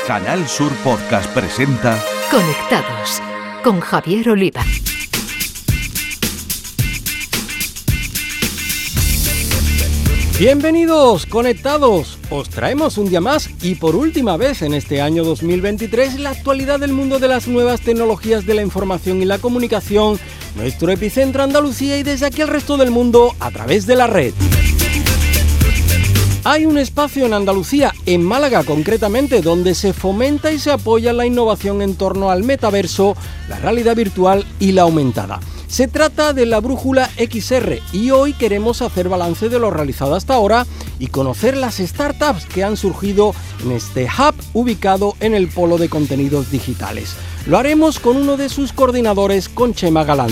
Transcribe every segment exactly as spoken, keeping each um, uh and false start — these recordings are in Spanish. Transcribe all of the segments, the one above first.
Canal Sur Podcast presenta Conectados con Javier Oliva. Bienvenidos, conectados. Os traemos un día más y por última vez en este año dos mil veintitrés la actualidad del mundo de las nuevas tecnologías de la información y la comunicación, nuestro epicentro Andalucía y desde aquí el resto del mundo a través de la red. Hay un espacio en Andalucía, en Málaga concretamente, donde se fomenta y se apoya la innovación en torno al metaverso, la realidad virtual y la aumentada. Se trata de la Brújula equis erre y hoy queremos hacer balance de lo realizado hasta ahora y conocer las startups que han surgido en este hub ubicado en el Polo de Contenidos Digitales. Lo haremos con uno de sus coordinadores, con Chema Galante.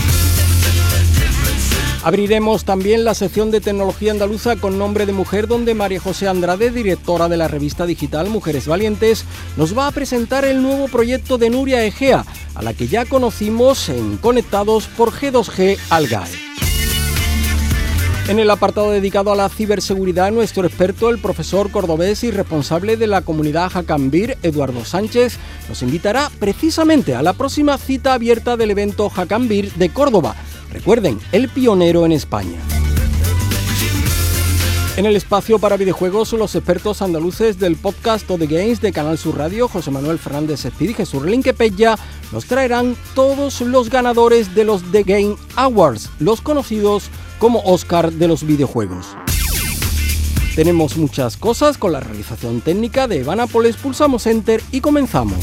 Abriremos también la sección de tecnología andaluza con nombre de mujer, donde María José Andrade, directora de la revista digital Mujeres Valientes, nos va a presentar el nuevo proyecto de Nuria Egea, a la que ya conocimos en Conectados por G dos G Algae. En el apartado dedicado a la ciberseguridad, nuestro experto, el profesor cordobés y responsable de la comunidad Hackambir, Eduardo Sánchez, nos invitará precisamente a la próxima cita abierta del evento Hackambir de Córdoba. Recuerden, el pionero en España. En el espacio para videojuegos, los expertos andaluces del podcast O The Games de Canal Sur Radio, José Manuel Fernández Espíritu y Jesús Linquepella, nos traerán todos los ganadores de los The Game Awards, los conocidos como Oscar de los videojuegos. Tenemos muchas cosas con la realización técnica de Eva Nápoles, pulsamos Enter y comenzamos.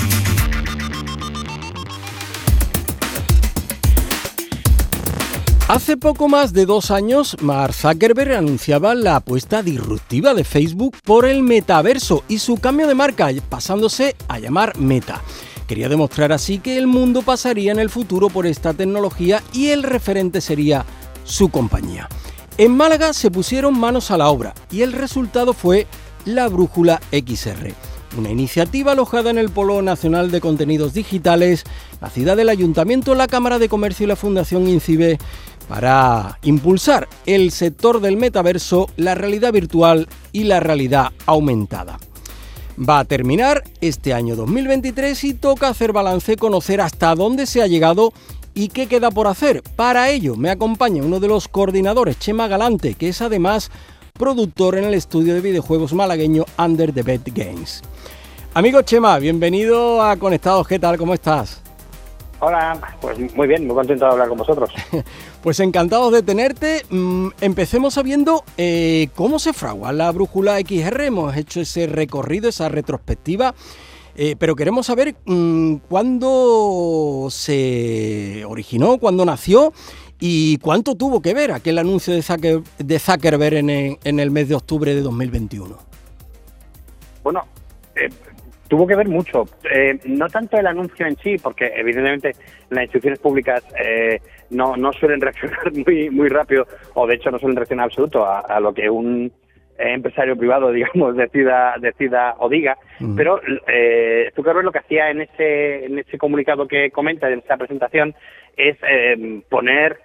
Hace poco más de dos años, Mark Zuckerberg anunciaba la apuesta disruptiva de Facebook por el metaverso y su cambio de marca, pasándose a llamar Meta. Quería demostrar así que el mundo pasaría en el futuro por esta tecnología y el referente sería su compañía. En Málaga se pusieron manos a la obra y el resultado fue la Brújula equis erre. Una iniciativa alojada en el Polo Nacional de Contenidos Digitales, nacida del Ayuntamiento, la Cámara de Comercio y la Fundación INCIBE, para impulsar el sector del metaverso, la realidad virtual y la realidad aumentada. Va a terminar este año dos mil veintitrés y toca hacer balance, conocer hasta dónde se ha llegado y qué queda por hacer. Para ello me acompaña uno de los coordinadores, Chema Galante, que es además productor en el estudio de videojuegos malagueño Under the Bed Games. Amigo Chema, bienvenido a Conectados. ¿Qué tal? ¿Cómo estás? Hola, pues muy bien, muy contento de hablar con vosotros. Pues encantados de tenerte. Mm, empecemos sabiendo eh, cómo se fragua la Brújula equis erre. Hemos hecho ese recorrido, esa retrospectiva, eh, pero queremos saber mm, cuándo se originó, cuándo nació y cuánto tuvo que ver aquel anuncio de, Zucker, de Zuckerberg en el, en el mes de octubre de dos mil veintiuno. Bueno, eh, tuvo que ver mucho. Eh, no tanto el anuncio en sí, porque evidentemente las instituciones públicas eh, no, no suelen reaccionar muy muy rápido, o de hecho no suelen reaccionar en absoluto a, a lo que un eh, empresario privado, digamos, decida decida o diga. Uh-huh. Pero eh, Zuckerberg lo que hacía en ese en ese comunicado que comenta, en esa presentación, es eh, poner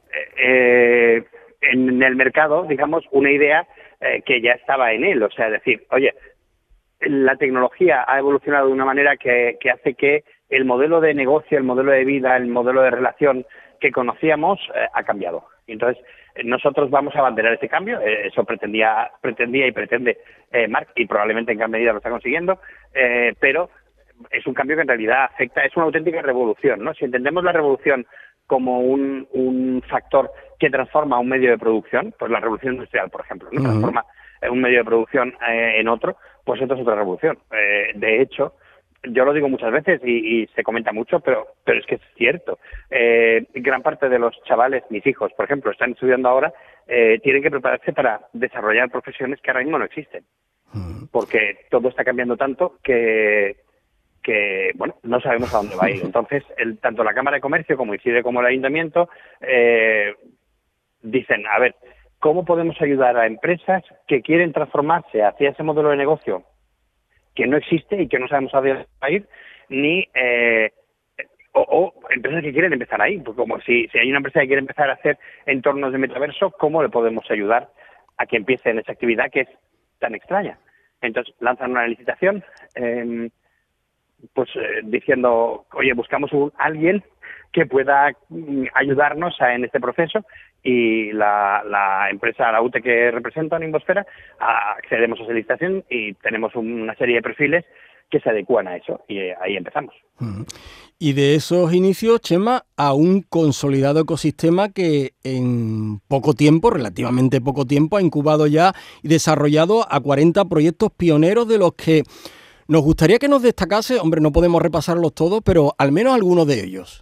eh, en el mercado, digamos, una idea eh, que ya estaba en él. O sea, decir, oye, la tecnología ha evolucionado de una manera que, que hace que el modelo de negocio, el modelo de vida, el modelo de relación que conocíamos eh, ha cambiado. Y entonces eh, nosotros vamos a abanderar ese cambio. Eh, eso pretendía pretendía y pretende eh, Mark, y probablemente en gran medida lo está consiguiendo, eh, pero es un cambio que en realidad afecta, es una auténtica revolución, ¿no? Si entendemos la revolución como un, un factor que transforma un medio de producción, pues la revolución industrial, por ejemplo, ¿no? Uh-huh. Transforma un medio de producción eh, en otro, pues esto es otra revolución. Eh, de hecho, yo lo digo muchas veces y, y se comenta mucho, pero pero es que es cierto. Eh, gran parte de los chavales, mis hijos, por ejemplo, están estudiando ahora, eh, tienen que prepararse para desarrollar profesiones que ahora mismo no existen. Porque todo está cambiando tanto que, que bueno, no sabemos a dónde va a ir. Entonces, el, tanto la Cámara de Comercio como INCIBE como el Ayuntamiento eh, dicen, a ver, ¿cómo podemos ayudar a empresas que quieren transformarse hacia ese modelo de negocio que no existe y que no sabemos a dónde va a ir, ni eh, o, o empresas que quieren empezar ahí? Pues como si, si hay una empresa que quiere empezar a hacer entornos de metaverso, ¿cómo le podemos ayudar a que empiece en esa actividad que es tan extraña? Entonces lanzan una licitación eh, pues eh, diciendo, oye, buscamos un alguien que pueda mm, ayudarnos a, en este proceso, y la, la empresa, la U T E que representa a Nimbosfera, accedemos a esa licitación y tenemos una serie de perfiles que se adecúan a eso, y eh, ahí empezamos. Uh-huh. Y de esos inicios, Chema, a un consolidado ecosistema que en poco tiempo, relativamente poco tiempo, ha incubado ya y desarrollado a cuarenta proyectos pioneros, de los que nos gustaría que nos destacase. Hombre, no podemos repasarlos todos, pero al menos algunos de ellos.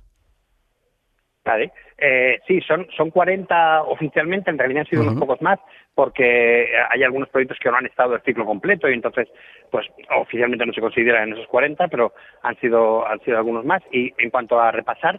Vale. Eh, sí, son, son cuarenta oficialmente, en realidad han sido uh-huh. unos pocos más, porque hay algunos proyectos que no han estado el ciclo completo y entonces, pues oficialmente no se consideran en esos cuarenta, pero han sido han sido algunos más. Y en cuanto a repasar,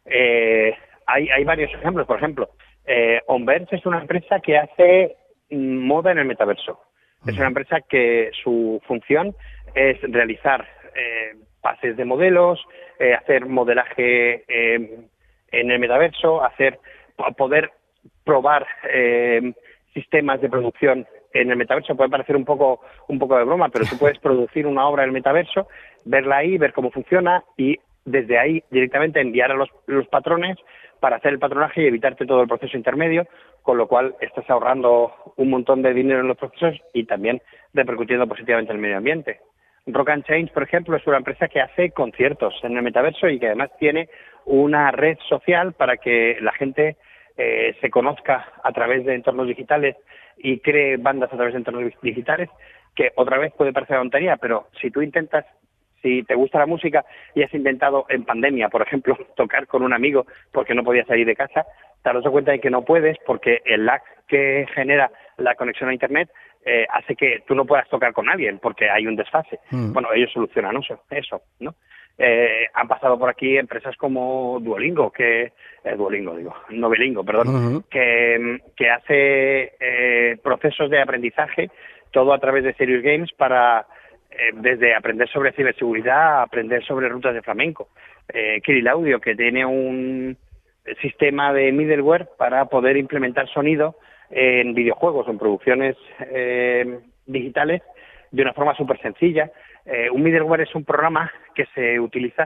eh, hay, hay varios ejemplos. Por ejemplo, eh, Onverse es una empresa que hace moda en el metaverso. Uh-huh. Es una empresa que su función es realizar eh, pases de modelos, eh, hacer modelaje eh, en el metaverso, hacer poder probar eh, sistemas de producción en el metaverso. Puede parecer un poco un poco de broma, pero tú puedes producir una obra en el metaverso, verla ahí, ver cómo funciona y desde ahí directamente enviar a los, los patrones para hacer el patronaje y evitarte todo el proceso intermedio, con lo cual estás ahorrando un montón de dinero en los procesos y también repercutiendo positivamente en el medio ambiente. Rock and Change, por ejemplo, es una empresa que hace conciertos en el metaverso y que además tiene una red social para que la gente eh, se conozca a través de entornos digitales y cree bandas a través de entornos digitales, que otra vez puede parecer tontería, pero si tú intentas, si te gusta la música y has intentado en pandemia, por ejemplo, tocar con un amigo porque no podías salir de casa, te has dado cuenta de que no puedes porque el lag que genera la conexión a Internet Eh, hace que tú no puedas tocar con alguien porque hay un desfase. Mm. Bueno, ellos solucionan eso, eso ¿no? Eh, han pasado por aquí empresas como Duolingo, que eh, Duolingo digo, Novelingo, perdón, uh-huh. que, que hace eh, procesos de aprendizaje, todo a través de Serious Games, para eh, desde aprender sobre ciberseguridad a aprender sobre rutas de flamenco. Eh, Kirill Audio, que tiene un sistema de middleware para poder implementar sonido en videojuegos o en producciones eh, digitales de una forma súper sencilla. Eh, un middleware es un programa que se utiliza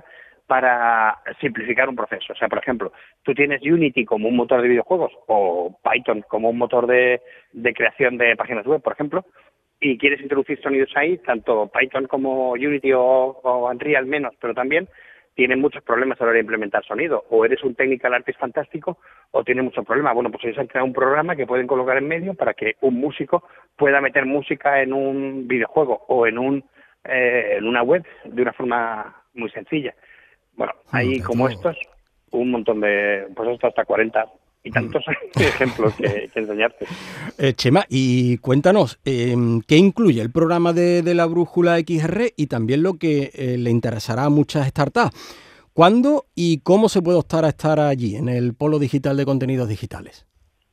para simplificar un proceso. O sea, por ejemplo, tú tienes Unity como un motor de videojuegos o Python como un motor de, de creación de páginas web, por ejemplo, y quieres introducir sonidos ahí, tanto Python como Unity o, o Unreal menos, pero también tienen muchos problemas a la hora de implementar sonido. O eres un technical artist fantástico o tienes muchos problemas. Bueno, pues ellos han creado un programa que pueden colocar en medio para que un músico pueda meter música en un videojuego o en un eh, en una web de una forma muy sencilla. Bueno, hay como estos un montón de, pues esto hasta cuarenta y tantos mm. ejemplos que, que enseñarte. Eh, Chema, y cuéntanos, eh, ¿qué incluye el programa de, de la Brújula X R y también lo que eh, le interesará a muchas startups? ¿Cuándo y cómo se puede optar a estar allí, en el Polo Digital de Contenidos Digitales?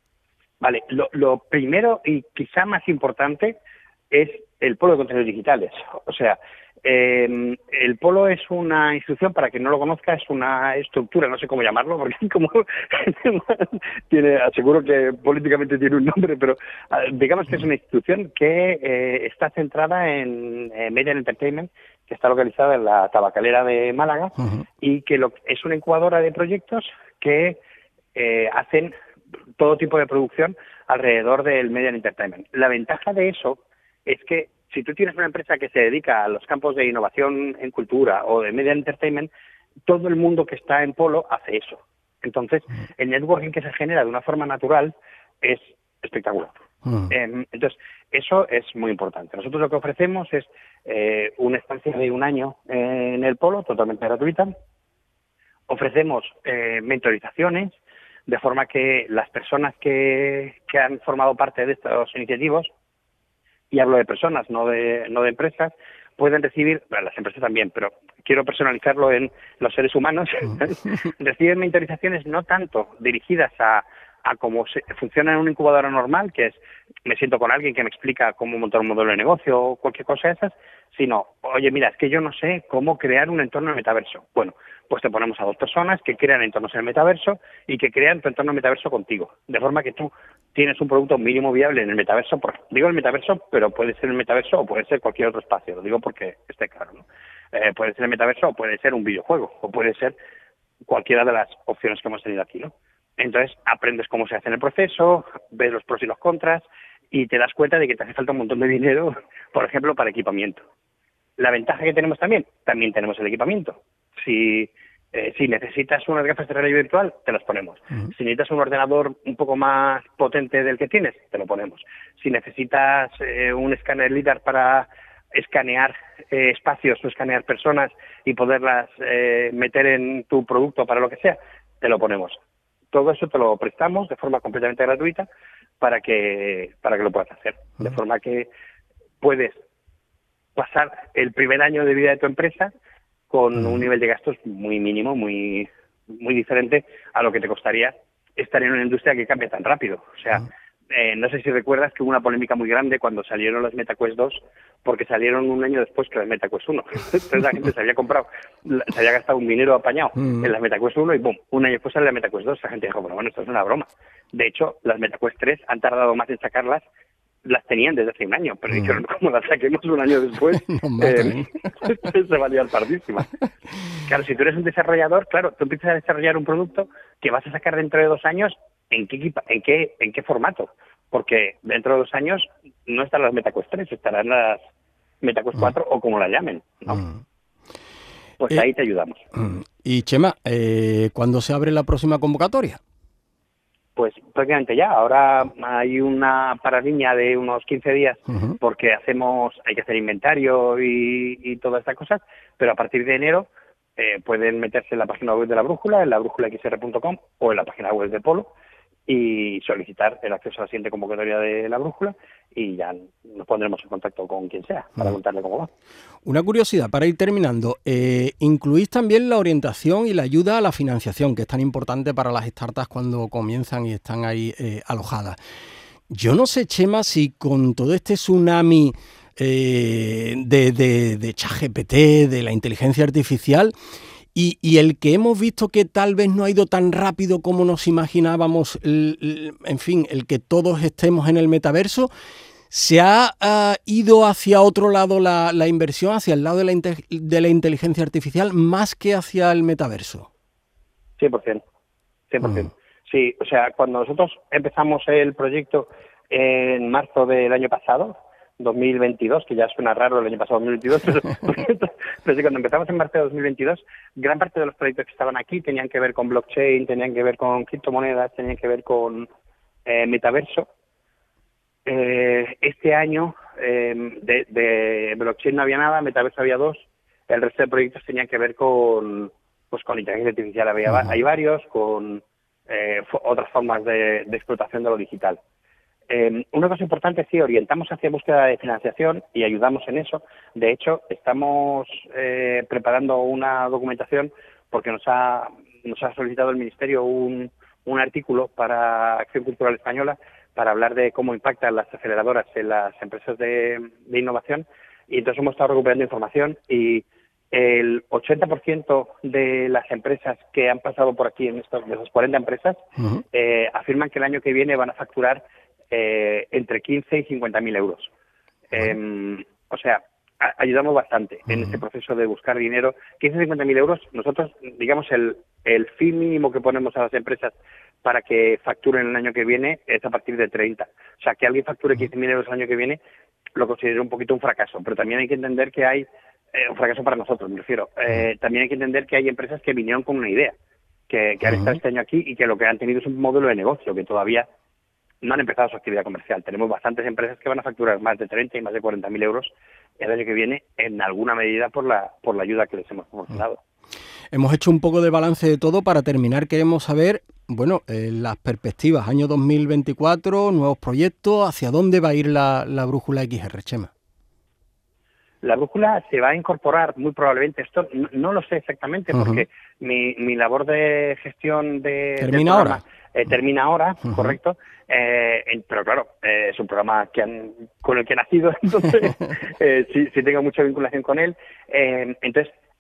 Vale, lo, lo primero y quizá más importante es el Polo de Contenidos Digitales. O sea, Eh, el Polo es una institución, para quien no lo conozca, es una estructura, no sé cómo llamarlo, porque como tiene, aseguro que políticamente tiene un nombre, pero digamos que es una institución que eh, está centrada en eh, Media and Entertainment, que está localizada en la Tabacalera de Málaga, uh-huh. y que lo, es una incubadora de proyectos que eh, hacen todo tipo de producción alrededor del Media and Entertainment. La ventaja de eso es que si tú tienes una empresa que se dedica a los campos de innovación en cultura o de media entertainment, todo el mundo que está en Polo hace eso. Entonces, el networking que se genera de una forma natural es espectacular. Uh-huh. Eh, entonces, eso es muy importante. Nosotros lo que ofrecemos es eh, una estancia de un año eh, en el Polo, totalmente gratuita. Ofrecemos eh, mentorizaciones, de forma que las personas que, que han formado parte de estos iniciativos, y hablo de personas, no de no de empresas, pueden recibir, bueno, las empresas también, pero quiero personalizarlo en los seres humanos, reciben mentorizaciones no tanto dirigidas a, a cómo se, funciona en una incubadora normal, que es, me siento con alguien que me explica cómo montar un modelo de negocio o cualquier cosa de esas, sino, oye, mira, es que yo no sé cómo crear un entorno de metaverso. Bueno, pues te ponemos a dos personas que crean entornos en el metaverso y que crean tu entorno metaverso contigo, de forma que tú tienes un producto mínimo viable en el metaverso. Por, digo el metaverso, pero puede ser el metaverso o puede ser cualquier otro espacio, lo digo porque esté claro, ¿no? Eh, puede ser el metaverso o puede ser un videojuego o puede ser cualquiera de las opciones que hemos tenido aquí, ¿no? Entonces aprendes cómo se hace en el proceso, ves los pros y los contras y te das cuenta de que te hace falta un montón de dinero, por ejemplo, para equipamiento. La ventaja que tenemos también, también tenemos el equipamiento. Si eh, si necesitas unas gafas de realidad virtual, te las ponemos. Uh-huh. Si necesitas un ordenador un poco más potente del que tienes, te lo ponemos. Si necesitas eh, un escáner LiDAR para escanear eh, espacios o escanear personas y poderlas eh, meter en tu producto para lo que sea, te lo ponemos. Todo eso te lo prestamos de forma completamente gratuita para que para que lo puedas hacer. Uh-huh. De forma que puedes pasar el primer año de vida de tu empresa con un nivel de gastos muy mínimo, muy muy diferente a lo que te costaría estar en una industria que cambia tan rápido. O sea, eh, no sé si recuerdas que hubo una polémica muy grande cuando salieron las MetaQuest dos, porque salieron un año después que las MetaQuest uno. Entonces la gente se había comprado, se había gastado un dinero apañado mm. en las MetaQuest uno y ¡bum! Un año después sale la MetaQuest dos. La gente dijo, bueno, bueno, esto es una broma. De hecho, las MetaQuest tres han tardado más en sacarlas. Las tenían desde hace un año, pero mm. dijeron, como las saquemos un año después, no eh, se va a liar pardísima. Claro, si tú eres un desarrollador, claro, tú empiezas a desarrollar un producto que vas a sacar dentro de dos años, ¿en qué equipa, en qué, en qué formato? Porque dentro de dos años no estarán las MetaQuest tres, estarán las MetaQuest cuatro mm. o como la llamen, ¿no? Mm. Pues eh, ahí te ayudamos. Y Chema, eh, ¿cuándo se abre la próxima convocatoria? Pues prácticamente ya. Ahora hay una paradiña de unos quince días uh-huh. porque hacemos, hay que hacer inventario y, y todas estas cosas, pero a partir de enero eh, pueden meterse en la página web de La Brújula, en la brújula x r punto com o en la página web de Polo y solicitar el acceso a la siguiente convocatoria de La Brújula y ya nos pondremos en contacto con quien sea para uh-huh. contarle cómo va. Una curiosidad, para ir terminando, eh, incluís también la orientación y la ayuda a la financiación, que es tan importante para las startups cuando comienzan y están ahí eh, alojadas. Yo no sé, Chema, si con todo este tsunami eh, de, de, de ChatGPT, de la inteligencia artificial, y, y el que hemos visto que tal vez no ha ido tan rápido como nos imaginábamos, el, el, en fin, el que todos estemos en el metaverso, ¿se ha uh, ido hacia otro lado la, la inversión, hacia el lado de la, inte- de la inteligencia artificial, más que hacia el metaverso? cien por ciento. cien por ciento. Mm. Sí, o sea, cuando nosotros empezamos el proyecto en marzo del año pasado, dos mil veintidós, que ya suena raro el año pasado dos mil veintidós, pero, pero sí, cuando empezamos en marzo de dos mil veintidós, gran parte de los proyectos que estaban aquí tenían que ver con blockchain, tenían que ver con criptomonedas, tenían que ver con eh, metaverso. Eh, este año eh, de, de blockchain no había nada, metaverso había dos, el resto de proyectos tenían que ver con pues con inteligencia artificial, había, uh-huh. hay varios, con eh, f- otras formas de, de explotación de lo digital. Eh, una cosa importante, sí, orientamos hacia búsqueda de financiación y ayudamos en eso. De hecho, estamos eh, preparando una documentación porque nos ha, nos ha solicitado el Ministerio un, un artículo para Acción Cultural Española para hablar de cómo impactan las aceleradoras en las empresas de, de innovación. Y entonces hemos estado recuperando información y el ochenta por ciento de las empresas que han pasado por aquí, en estos, de esas cuarenta empresas, uh-huh. eh, afirman que el año que viene van a facturar Eh, entre quince y cincuenta mil euros. Bueno. Eh, o sea, a- ayudamos bastante uh-huh. en este proceso de buscar dinero. quince y cincuenta mil euros, nosotros, digamos, el, el fin mínimo que ponemos a las empresas para que facturen el año que viene es a partir de treinta. O sea, que alguien facture quince mil euros el año que viene lo considero un poquito un fracaso, pero también hay que entender que hay, eh, un fracaso para nosotros, me refiero, eh, también hay que entender que hay empresas que vinieron con una idea, que, que han uh-huh. estado este año aquí y que lo que han tenido es un modelo de negocio que todavía no han empezado su actividad comercial. Tenemos bastantes empresas que van a facturar más de treinta y más de cuarenta mil euros el año que viene, en alguna medida por la por la ayuda que les hemos proporcionado. Hemos hecho un poco de balance de todo. Para terminar, queremos saber, bueno, eh, las perspectivas, año dos mil veinticuatro, nuevos proyectos, ¿hacia dónde va a ir la, la Brújula X R, Chema? La Brújula se va a incorporar muy probablemente, esto no, no lo sé exactamente, uh-huh. porque mi, mi labor de gestión de... ¿Termina ahora? Eh, termina ahora, uh-huh. correcto, eh, en, pero claro, eh, es un programa que han, con el que he nacido, entonces eh, sí, sí tengo mucha vinculación con él. Eh, entonces,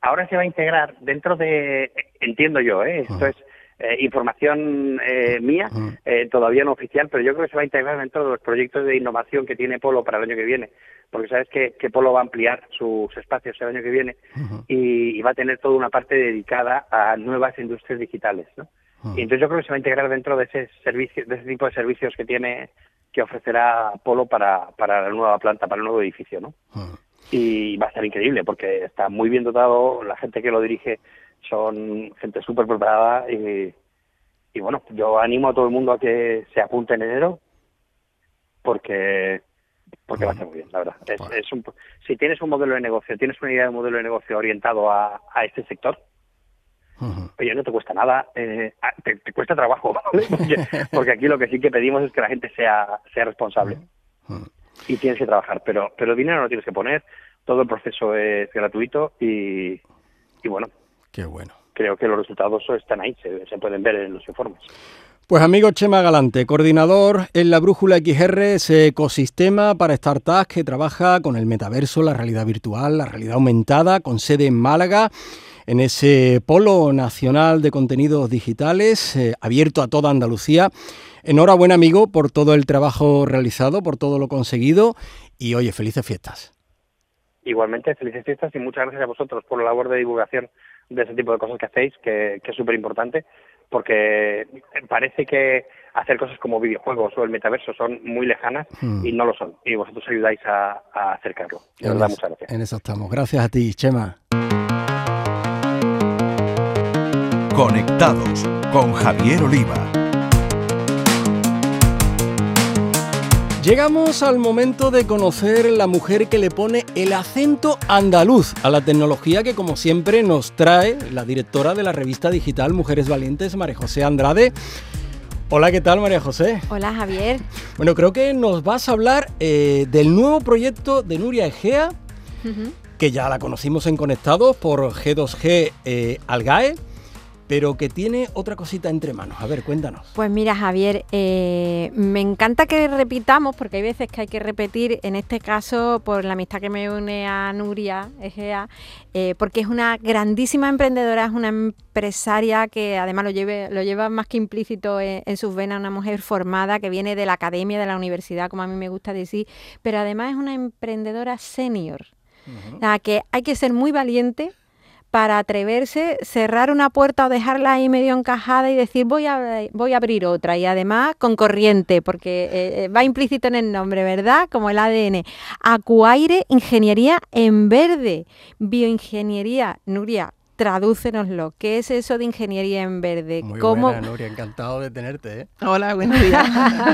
ahora se va a integrar dentro de, entiendo yo, ¿eh? esto uh-huh. es eh, información eh, mía, uh-huh. eh, todavía no oficial, pero yo creo que se va a integrar dentro de los proyectos de innovación que tiene Polo para el año que viene, porque sabes que, que Polo va a ampliar sus espacios el año que viene uh-huh. y, y va a tener toda una parte dedicada a nuevas industrias digitales, ¿no? Uh-huh. Y entonces yo creo que se va a integrar dentro de ese servicio, de ese tipo de servicios que tiene, que ofrecerá Polo para, para la nueva planta, para el nuevo edificio, ¿no? Uh-huh. Y va a estar increíble porque está muy bien dotado, la gente que lo dirige son gente súper preparada y, y bueno, yo animo a todo el mundo a que se apunte en enero porque porque uh-huh. va a estar muy bien, la verdad. Es, uh-huh. es un, si tienes un modelo de negocio, tienes una idea de un modelo de negocio orientado a, a este sector, uh-huh. oye, no te cuesta nada, eh, te, te cuesta trabajo, ¿vale? porque, porque aquí lo que sí que pedimos es que la gente sea, sea responsable. Uh-huh. Y tienes que trabajar, pero pero dinero no tienes que poner, todo el proceso es gratuito y, y bueno, qué bueno. Creo que los resultados están ahí, se, se pueden ver en los informes. Pues amigo Chema Galante, coordinador en la Brújula X R, ese ecosistema para startups que trabaja con el metaverso, la realidad virtual, la realidad aumentada, con sede en Málaga, en ese polo nacional de contenidos digitales, eh, abierto a toda Andalucía. Enhorabuena, amigo, por todo el trabajo realizado, por todo lo conseguido y, oye, felices fiestas. Igualmente, felices fiestas y muchas gracias a vosotros por la labor de divulgación de ese tipo de cosas que hacéis, que, que es súper importante, porque parece que hacer cosas como videojuegos o el metaverso son muy lejanas hmm. y no lo son, y vosotros ayudáis a, a acercarlo. De verdad, muchas gracias. En eso estamos. Gracias a ti, Chema. Conectados con Javier Oliva. Llegamos al momento de conocer la mujer que le pone el acento andaluz a la tecnología que, como siempre, nos trae la directora de la revista digital Mujeres Valientes, María José Andrade. Hola, ¿qué tal, María José? Hola, Javier. Bueno, creo que nos vas a hablar eh, del nuevo proyecto de Nuria Egea, uh-huh. que ya la conocimos en Conectados por G dos G eh, Algae, pero que tiene otra cosita entre manos. A ver, cuéntanos. Pues mira, Javier, eh, me encanta que repitamos, porque hay veces que hay que repetir, en este caso, por la amistad que me une a Nuria Egea, eh, porque es una grandísima emprendedora, es una empresaria que además lo, lleve, lo lleva más que implícito en, en sus venas, una mujer formada que viene de la academia, de la universidad, como a mí me gusta decir, pero además es una emprendedora senior. Uh-huh. La que hay que ser muy valiente para atreverse, cerrar una puerta o dejarla ahí medio encajada y decir voy a voy a abrir otra, y además con corriente, porque eh, va implícito en el nombre, ¿verdad? Como el A D N. Acuaire Ingeniería en Verde, bioingeniería. Nuria, tradúcenoslo. ¿Qué es eso de ingeniería en verde? Muy ¿Cómo? Buena, Nuria, encantado de tenerte, ¿eh? Hola, buenos días.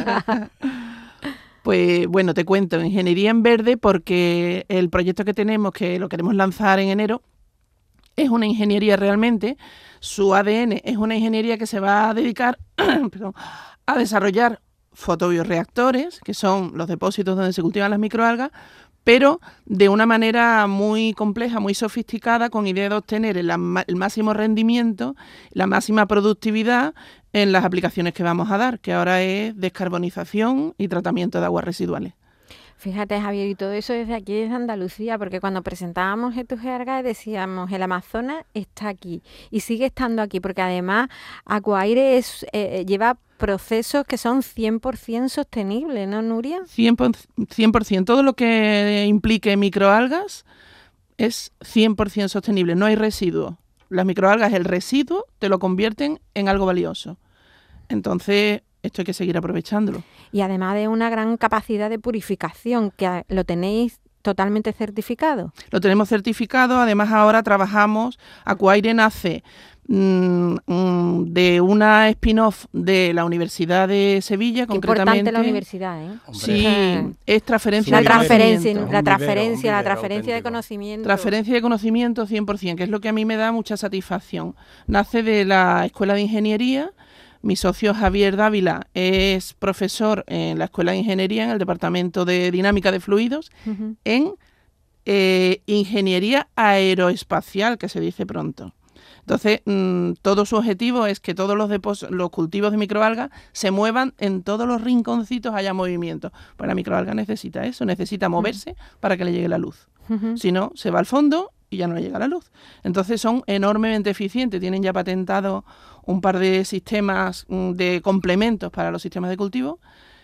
Pues bueno, te cuento, ingeniería en verde, porque el proyecto que tenemos, que lo queremos lanzar en enero, es una ingeniería realmente, su A D N es una ingeniería que se va a dedicar perdón, a desarrollar fotobioreactores, que son los depósitos donde se cultivan las microalgas, pero de una manera muy compleja, muy sofisticada, con idea de obtener el, el máximo rendimiento, la máxima productividad en las aplicaciones que vamos a dar, que ahora es descarbonización y tratamiento de aguas residuales. Fíjate, Javier, y todo eso desde aquí, desde Andalucía, porque cuando presentábamos G dos G Algae decíamos, el Amazonas está aquí y sigue estando aquí, porque además Acuaire es, eh, lleva procesos que son cien por ciento sostenibles, ¿no, Nuria? cien por ciento. Todo lo que implique microalgas es cien por ciento sostenible, no hay residuos. Las microalgas, el residuo, te lo convierten en algo valioso. Entonces, esto hay que seguir aprovechándolo. Y además de una gran capacidad de purificación, que lo tenéis totalmente certificado. Lo tenemos certificado, además ahora trabajamos, Acuaire nace mmm, mmm, de una spin-off de la Universidad de Sevilla, Qué concretamente. Importante la universidad, ¿eh? Sí, es transferencia la de transferencia, conocimiento. la transferencia, la transferencia de conocimiento. Transferencia de conocimiento cien por ciento, que es lo que a mí me da mucha satisfacción. Nace de la Escuela de Ingeniería. Mi socio Javier Dávila es profesor en la Escuela de Ingeniería, en el Departamento de Dinámica de Fluidos, uh-huh. en eh, Ingeniería Aeroespacial, que se dice pronto. Entonces, mmm, todo su objetivo es que todos los, depós- los cultivos de microalgas se muevan, en todos los rinconcitos haya movimiento. Pues la microalga necesita eso, necesita moverse uh-huh. para que le llegue la luz. Uh-huh. Si no, se va al fondo y ya no le llega la luz. Entonces son enormemente eficientes, tienen ya patentado un par de sistemas de complementos para los sistemas de cultivo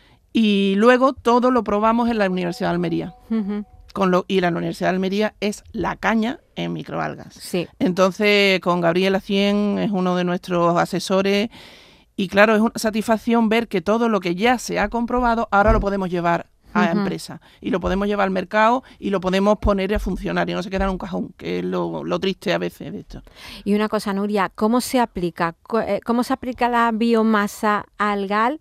y luego todo lo probamos en la Universidad de Almería. Uh-huh. Con lo, y la Universidad de Almería es la caña en microalgas. Sí. Entonces, con Gabriel Acien es uno de nuestros asesores y claro, es una satisfacción ver que todo lo que ya se ha comprobado ahora lo podemos llevar a uh-huh. empresa y lo podemos llevar al mercado y lo podemos poner a funcionar y no se queda en un cajón, que es lo, lo triste a veces de esto. Y una cosa, Nuria, ¿cómo se aplica? ¿Cómo se aplica la biomasa algal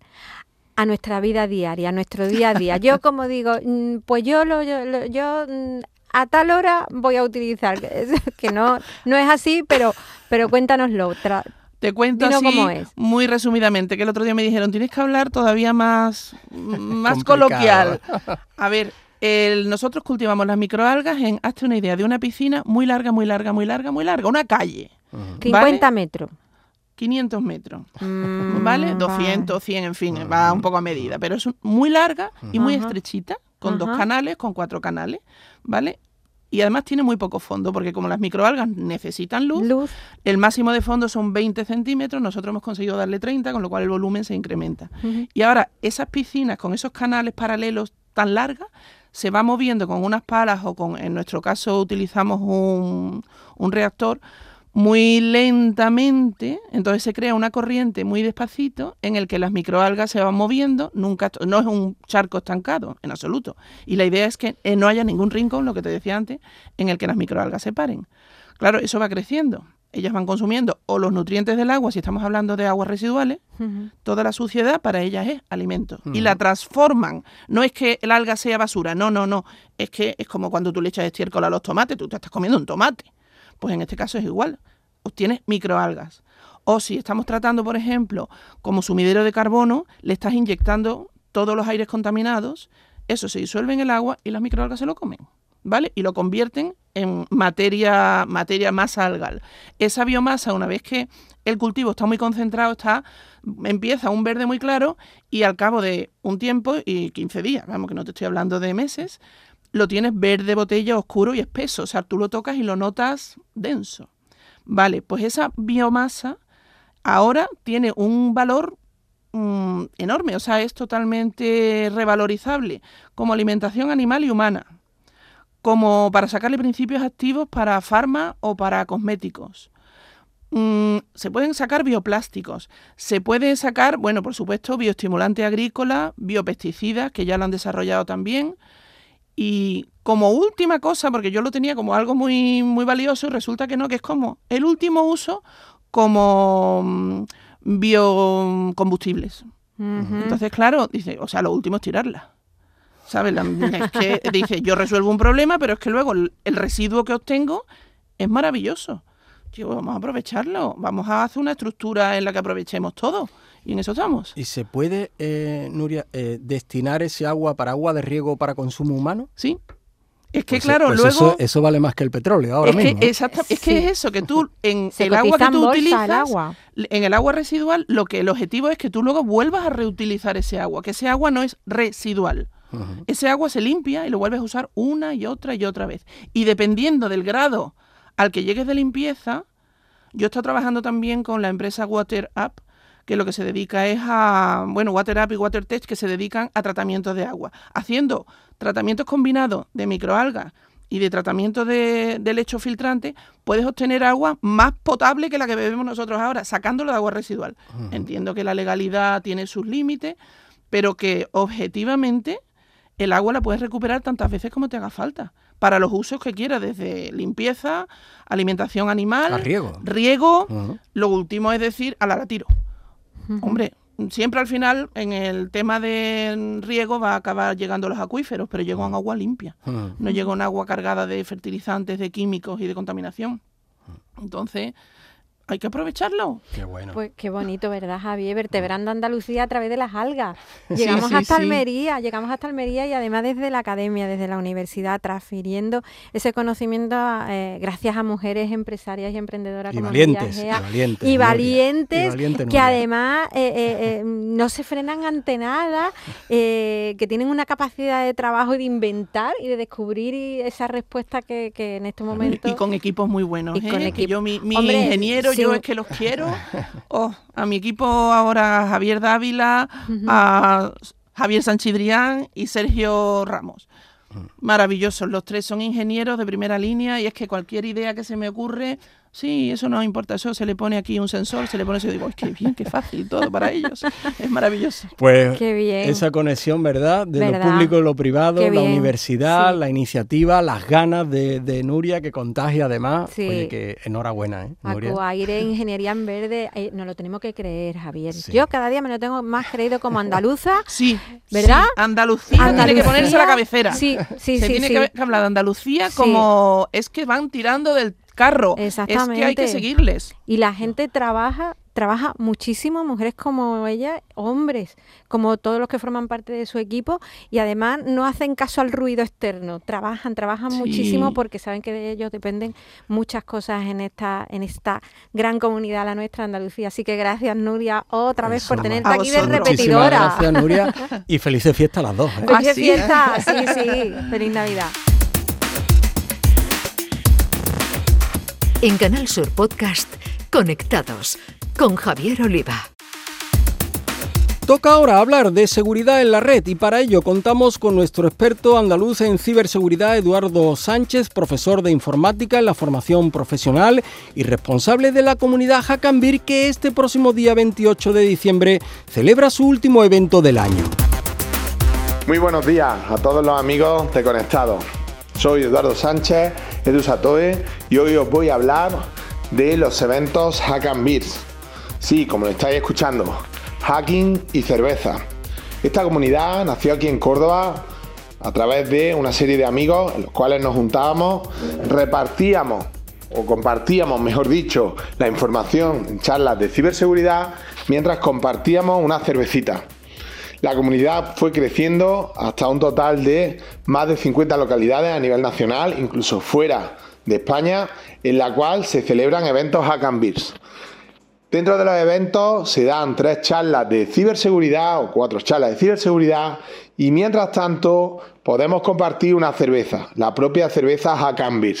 a nuestra vida diaria, a nuestro día a día? Yo como digo, pues yo lo, yo, lo, yo a tal hora voy a utilizar, que no, no es así, pero, pero cuéntanoslo. Tra- Te cuento así, cómo es. Muy resumidamente, que el otro día me dijeron, tienes que hablar todavía más, más coloquial. A ver, el, nosotros cultivamos las microalgas en, hazte una idea, de una piscina muy larga, muy larga, muy larga, muy larga, una calle. Uh-huh. cincuenta ¿vale? metros. quinientos metros, mm, ¿vale? doscientos, cien, en fin, va un poco a medida, pero es muy larga y muy uh-huh. estrechita, con uh-huh. dos canales, con cuatro canales, ¿vale? Y además tiene muy poco fondo, porque como las microalgas necesitan luz, luz, el máximo de fondo son veinte centímetros, nosotros hemos conseguido darle treinta, con lo cual el volumen se incrementa. Uh-huh. Y ahora, esas piscinas con esos canales paralelos tan largas, se va moviendo con unas palas o con, en nuestro caso utilizamos un, un reactor, muy lentamente, entonces se crea una corriente muy despacito en el que las microalgas se van moviendo, nunca no es un charco estancado en absoluto. Y la idea es que eh, no haya ningún rincón, lo que te decía antes, en el que las microalgas se paren. Claro, eso va creciendo. Ellas van consumiendo o los nutrientes del agua, si estamos hablando de aguas residuales, uh-huh. toda la suciedad para ellas es alimento. Uh-huh. Y la transforman. No es que el alga sea basura, no, no, no. Es que es como cuando tú le echas estiércol a los tomates, tú te estás comiendo un tomate. Pues en este caso es igual, obtienes microalgas. O si estamos tratando, por ejemplo, como sumidero de carbono, le estás inyectando todos los aires contaminados, eso se disuelve en el agua y las microalgas se lo comen, ¿vale? Y lo convierten en materia, materia masa algal. Esa biomasa, una vez que el cultivo está muy concentrado, está empieza un verde muy claro y al cabo de un tiempo y quince días, vamos que no te estoy hablando de meses, lo tienes verde botella, oscuro y espeso. O sea, tú lo tocas y lo notas denso. Vale, pues esa biomasa ahora tiene un valor mmm, enorme. O sea, es totalmente revalorizable como alimentación animal y humana. Como para sacarle principios activos para farma o para cosméticos. Mm, se pueden sacar bioplásticos. Se puede sacar, bueno, por supuesto, bioestimulante agrícola, biopesticidas, que ya lo han desarrollado también. Y como última cosa, porque yo lo tenía como algo muy, muy valioso y resulta que no, que es como el último uso como biocombustibles. Uh-huh. Entonces, claro, dice, o sea, lo último es tirarla. ¿Sabes? La, es que dice, yo resuelvo un problema, pero es que luego el, el residuo que obtengo es maravilloso. Digo, vamos a aprovecharlo, vamos a hacer una estructura en la que aprovechemos todo. Y en eso estamos. ¿Y se puede, eh, Nuria, eh, destinar ese agua para agua de riego para consumo humano? Sí. Es que pues claro, pues luego... Eso, eso vale más que el petróleo ahora es mismo. Que, exacto, es sí. que es eso, que tú en se el agua que tú utilizas, el agua. en el agua residual, lo que el objetivo es que tú luego vuelvas a reutilizar ese agua, que ese agua no es residual. Uh-huh. Ese agua se limpia y lo vuelves a usar una y otra y otra vez. Y dependiendo del grado al que llegues de limpieza, yo estoy trabajando también con la empresa Water Up, que lo que se dedica es a, bueno, Water Up y Water Tech, que se dedican a tratamientos de agua. Haciendo tratamientos combinados de microalgas y de tratamiento de, de lecho filtrante, puedes obtener agua más potable que la que bebemos nosotros ahora, sacándolo de agua residual. Uh-huh. Entiendo que la legalidad tiene sus límites, pero que objetivamente el agua la puedes recuperar tantas veces como te haga falta, para los usos que quieras, desde limpieza, alimentación animal, a riego, riego uh-huh. Lo último es decir, a la, la tiro. Uh-huh. Hombre, siempre al final en el tema de riego va a acabar llegando a los acuíferos, pero llega un agua limpia, uh-huh. no llega un agua cargada de fertilizantes, de químicos y de contaminación. Entonces, hay que aprovecharlo. Qué bueno. Pues qué bonito, ¿verdad, Javier? Vertebrando Andalucía a través de las algas. Llegamos sí, hasta sí. Almería, llegamos hasta Almería y además desde la academia, desde la universidad, transfiriendo ese conocimiento eh, gracias a mujeres empresarias y emprendedoras Y como valientes, Nuria Egea. y valientes, y Nuria. valientes, Y valiente que Nuria. además eh, eh, eh, no se frenan ante nada, eh, que tienen una capacidad de trabajo y de inventar y de descubrir y esa respuesta que, que en este momento... Y con equipos muy buenos, Y ¿eh? con Que equipo- yo, mi, mi Hombre, ingeniero, sí. yo es que los quiero. Oh, a mi equipo ahora Javier Dávila, Ujú. a Javier Sanchidrián y Sergio Ramos. Maravillosos, los tres son ingenieros de primera línea y es que cualquier idea que se me ocurre, sí, eso no importa, eso se le pone aquí un sensor, se le pone eso y digo, ¡ay, qué bien, qué fácil todo para ellos! Es maravilloso. Pues Qué bien. esa conexión, ¿verdad? De ¿Verdad? lo público y lo privado, Qué la bien, universidad, sí. la iniciativa, las ganas de, de Nuria que contagia además. Sí. Oye, que enhorabuena, ¿eh? Nuria. Acuaire, Ingeniería en Verde, eh, nos lo tenemos que creer, Javier. Sí. Yo cada día me lo tengo más creído como andaluza. Sí, ¿Verdad? sí, Andalucía, tiene que Andalucía, ponerse la cabecera. Sí, sí, se sí. tiene sí. que hablar de Andalucía Sí. como es que van tirando del carro. Es que hay que Exactamente. seguirles. Y la gente trabaja, trabaja muchísimo, mujeres como ella, hombres, como todos los que forman parte de su equipo, y además no hacen caso al ruido externo, trabajan, trabajan Sí. muchísimo porque saben que de ellos dependen muchas cosas en esta, en esta gran comunidad, la nuestra Andalucía. Así que gracias, Nuria, otra vez por Eso, tenerte a aquí de vosotros. Muchísimas repetidora. gracias, Nuria. Y felices fiestas a las dos, ¿eh? Ah, Feliz ¿sí? fiesta, sí, sí, feliz Navidad. En Canal Sur Podcast, Conectados, con Javier Oliva. Toca ahora hablar de seguridad en la red y para ello contamos con nuestro experto andaluz en ciberseguridad, Eduardo Sánchez, profesor de informática en la formación profesional y responsable de la comunidad Hackambir, que este próximo día veintiocho de diciembre celebra su último evento del año. Muy buenos días a todos los amigos de Conectados. Soy Eduardo Sánchez, EduSatoe, y hoy os voy a hablar de los eventos Hackambir. Sí, como lo estáis escuchando, hacking y cerveza. Esta comunidad nació aquí en Córdoba a través de una serie de amigos en los cuales nos juntábamos, repartíamos o compartíamos, mejor dicho, la información en charlas de ciberseguridad mientras compartíamos una cervecita. La comunidad fue creciendo hasta un total de más de cincuenta localidades a nivel nacional, incluso fuera de España, en la cual se celebran eventos Hackambir. Dentro de los eventos se dan tres charlas de ciberseguridad o cuatro charlas de ciberseguridad y mientras tanto podemos compartir una cerveza, la propia cerveza Hackambir.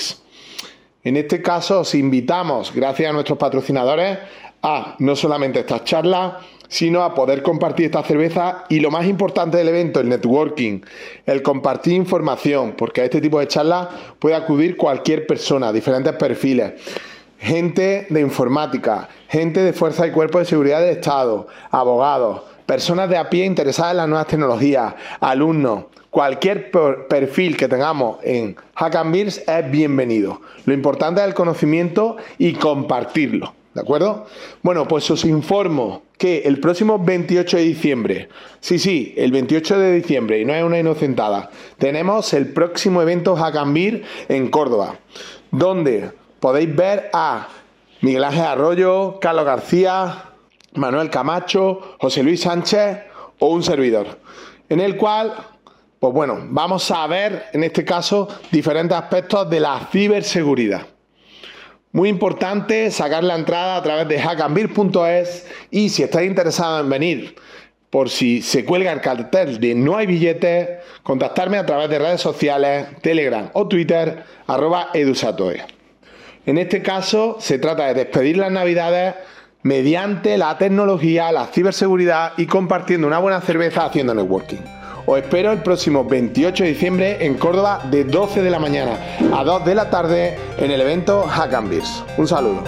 En este caso os invitamos, gracias a nuestros patrocinadores, a no solamente estas charlas, sino a poder compartir esta cerveza y lo más importante del evento, el networking, el compartir información, porque a este tipo de charlas puede acudir cualquier persona, diferentes perfiles, gente de informática, gente de fuerza y cuerpo de seguridad del Estado, abogados, personas de a pie interesadas en las nuevas tecnologías, alumnos. Cualquier perfil que tengamos en Hackambir es bienvenido. Lo importante es el conocimiento y compartirlo. ¿De acuerdo? Bueno, pues os informo que el próximo veintiocho de diciembre, sí, sí, el veintiocho de diciembre, y no es una inocentada, tenemos el próximo evento Hackambir en Córdoba, donde podéis ver a Miguel Ángel Arroyo, Carlos García, Manuel Camacho, José Luis Sánchez o un servidor, en el cual, pues bueno, vamos a ver en este caso diferentes aspectos de la ciberseguridad. Muy importante sacar la entrada a través de hackambir punto es y si estáis interesados en venir, por si se cuelga el cartel de no hay billetes, contactarme a través de redes sociales, Telegram o Twitter, arroba edusatoe. En este caso se trata de despedir las navidades mediante la tecnología, la ciberseguridad y compartiendo una buena cerveza haciendo networking. Os espero el próximo veintiocho de diciembre en Córdoba de doce de la mañana a dos de la tarde en el evento Hackambir. Un saludo.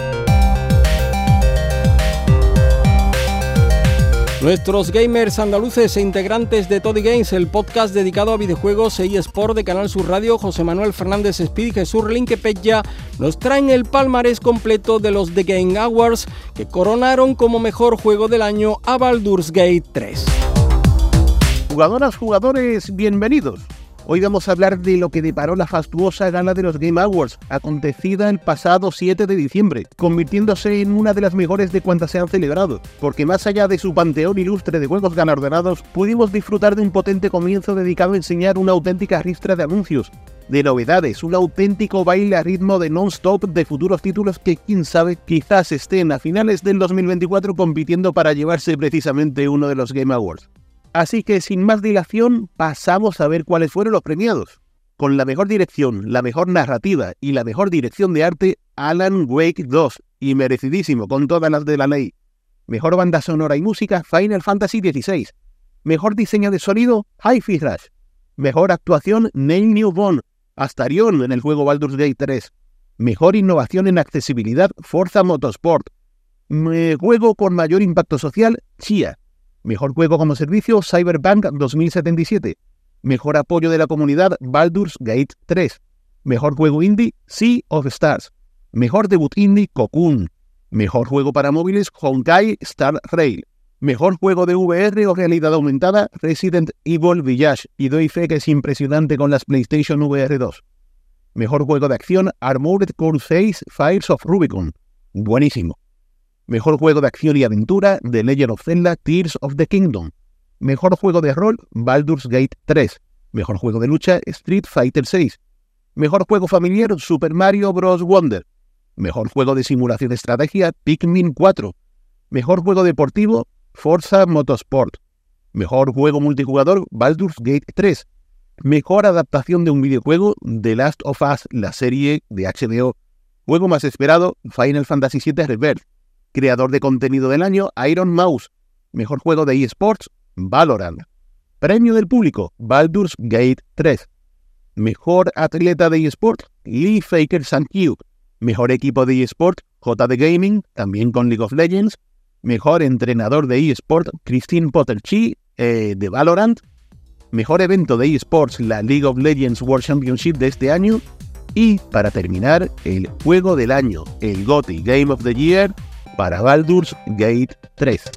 Nuestros gamers andaluces e integrantes de Toddy Games, el podcast dedicado a videojuegos e eSport de Canal Sur Radio, José Manuel Fernández Speed y Jesús Relinque Peña, nos traen el palmarés completo de los The Game Awards que coronaron como mejor juego del año a Baldur's Gate tres. Jugadoras, jugadores, bienvenidos. Hoy vamos a hablar de lo que deparó la fastuosa gala de los Game Awards, acontecida el pasado siete de diciembre, convirtiéndose en una de las mejores de cuantas se han celebrado, porque más allá de su panteón ilustre de juegos galardonados, pudimos disfrutar de un potente comienzo dedicado a enseñar una auténtica ristra de anuncios, de novedades, un auténtico baile a ritmo de non-stop de futuros títulos que, quién sabe, quizás estén a finales del dos mil veinticuatro compitiendo para llevarse precisamente uno de los Game Awards. Así que sin más dilación, pasamos a ver cuáles fueron los premiados. Con la mejor dirección, la mejor narrativa y la mejor dirección de arte, Alan Wake dos, y merecidísimo con todas las de la ley. Mejor banda sonora y música, Final Fantasy dieciséis. Mejor diseño de sonido, Hi-Fi Rush. Mejor actuación, Neil Newbon, Astarion en el juego Baldur's Gate tres. Mejor innovación en accesibilidad, Forza Motorsport. Me juego con mayor impacto social, Chia. Mejor juego como servicio, Cyberpunk dos mil setenta y siete. Mejor apoyo de la comunidad, Baldur's Gate tres. Mejor juego indie, Sea of Stars. Mejor debut indie, Cocoon. Mejor juego para móviles, Honkai Star Rail. Mejor juego de V R o realidad aumentada, Resident Evil Village. Y doy fe que es impresionante con las PlayStation V R dos. Mejor juego de acción, Armored Core seis Fires of Rubicon. Buenísimo. Mejor juego de acción y aventura, The Legend of Zelda Tears of the Kingdom. Mejor juego de rol, Baldur's Gate tres. Mejor juego de lucha, Street Fighter seis. Mejor juego familiar, Super Mario Bros. Wonder. Mejor juego de simulación de estrategia, Pikmin cuatro. Mejor juego deportivo, Forza Motorsport. Mejor juego multijugador, Baldur's Gate tres. Mejor adaptación de un videojuego, The Last of Us, la serie de H B O. Juego más esperado, Final Fantasy siete Rebirth. Creador de contenido del año, Iron Mouse. Mejor juego de eSports, Valorant. Premio del público, Baldur's Gate tres. Mejor atleta de eSports, Lee Faker Sankyu. Mejor equipo de eSports, J D Gaming, también con League of Legends. Mejor entrenador de eSports, Christine Potter-Chi, eh, de Valorant. Mejor evento de eSports, la League of Legends World Championship de este año. Y, para terminar, el juego del año, el G O T Y Game of the Year, para Baldur's Gate tres.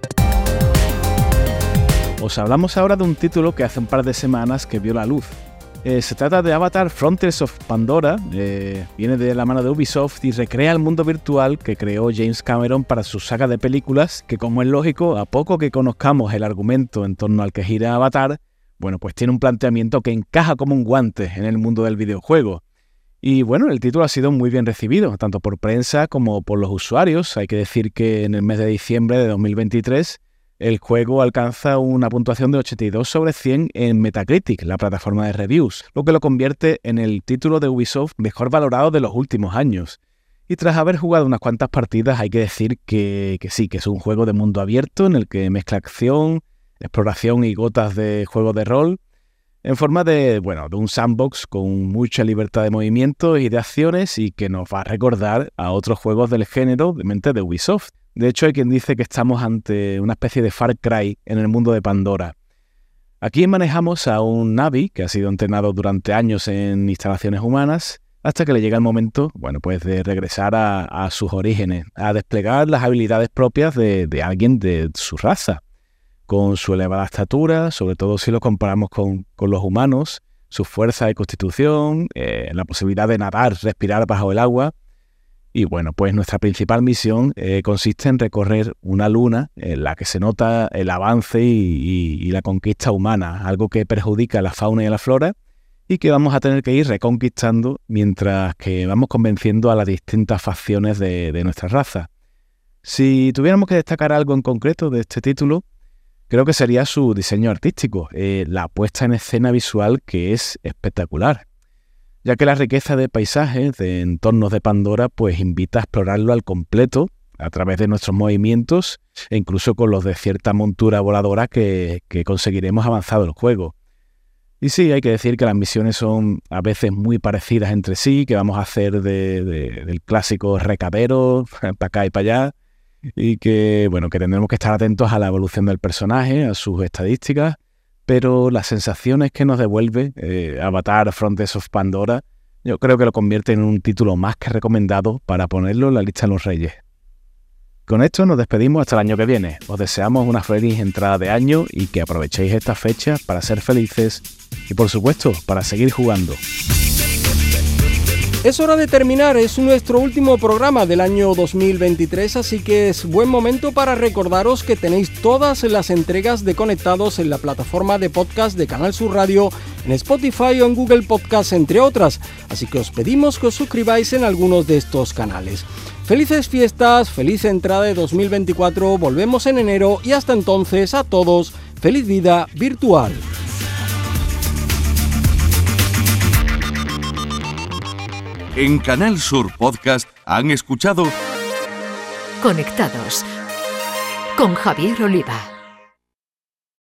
Os hablamos ahora de un título que hace un par de semanas que vio la luz. Eh, se trata de Avatar Frontiers of Pandora, eh, viene de la mano de Ubisoft y recrea el mundo virtual que creó James Cameron para su saga de películas, que, como es lógico, a poco que conozcamos el argumento en torno al que gira Avatar, bueno, pues tiene un planteamiento que encaja como un guante en el mundo del videojuego. Y bueno, el título ha sido muy bien recibido, tanto por prensa como por los usuarios. Hay que decir que en el mes de diciembre de dos mil veintitrés el juego alcanza una puntuación de ochenta y dos sobre cien en Metacritic, la plataforma de reviews, lo que lo convierte en el título de Ubisoft mejor valorado de los últimos años. Y tras haber jugado unas cuantas partidas, hay que decir que, que sí, que es un juego de mundo abierto en el que mezcla acción, exploración y gotas de juego de rol, en forma de, bueno, de un sandbox con mucha libertad de movimiento y de acciones, y que nos va a recordar a otros juegos del género, obviamente de Ubisoft. De hecho, hay quien dice que estamos ante una especie de Far Cry en el mundo de Pandora. Aquí manejamos a un Navi que ha sido entrenado durante años en instalaciones humanas, hasta que le llega el momento, bueno, pues de regresar a, a sus orígenes, a desplegar las habilidades propias de, de alguien de su raza. Con su elevada estatura, sobre todo si lo comparamos con, con los humanos, su fuerza y constitución, eh, la posibilidad de nadar, respirar bajo el agua. Y bueno, pues nuestra principal misión eh, consiste en recorrer una luna en la que se nota el avance y, y, y la conquista humana, algo que perjudica a la fauna y a la flora y que vamos a tener que ir reconquistando mientras que vamos convenciendo a las distintas facciones de, de nuestra raza. Si tuviéramos que destacar algo en concreto de este título, creo que sería su diseño artístico, eh, la puesta en escena visual, que es espectacular, ya que la riqueza de paisajes, de entornos de Pandora, pues invita a explorarlo al completo a través de nuestros movimientos e incluso con los de cierta montura voladora que, que conseguiremos avanzado el juego. Y sí, hay que decir que las misiones son a veces muy parecidas entre sí, que vamos a hacer de, de, del clásico recadero, para acá y para allá, y que, bueno, que tendremos que estar atentos a la evolución del personaje, a sus estadísticas, pero las sensaciones que nos devuelve eh, Avatar Frontiers of Pandora, yo creo que lo convierte en un título más que recomendado para ponerlo en la lista de los reyes. Con esto nos despedimos hasta el año que viene. Os deseamos una feliz entrada de año y que aprovechéis esta fecha para ser felices y, por supuesto, para seguir jugando. Es hora de terminar, es nuestro último programa del año dos mil veintitrés, así que es buen momento para recordaros que tenéis todas las entregas de Conectados en la plataforma de podcast de Canal Sur Radio, en Spotify o en Google Podcast, entre otras, así que os pedimos que os suscribáis en algunos de estos canales. Felices fiestas, feliz entrada de dos mil veinticuatro, volvemos en enero y hasta entonces a todos, feliz vida virtual. En Canal Sur Podcast han escuchado Conectados con Javier Oliva.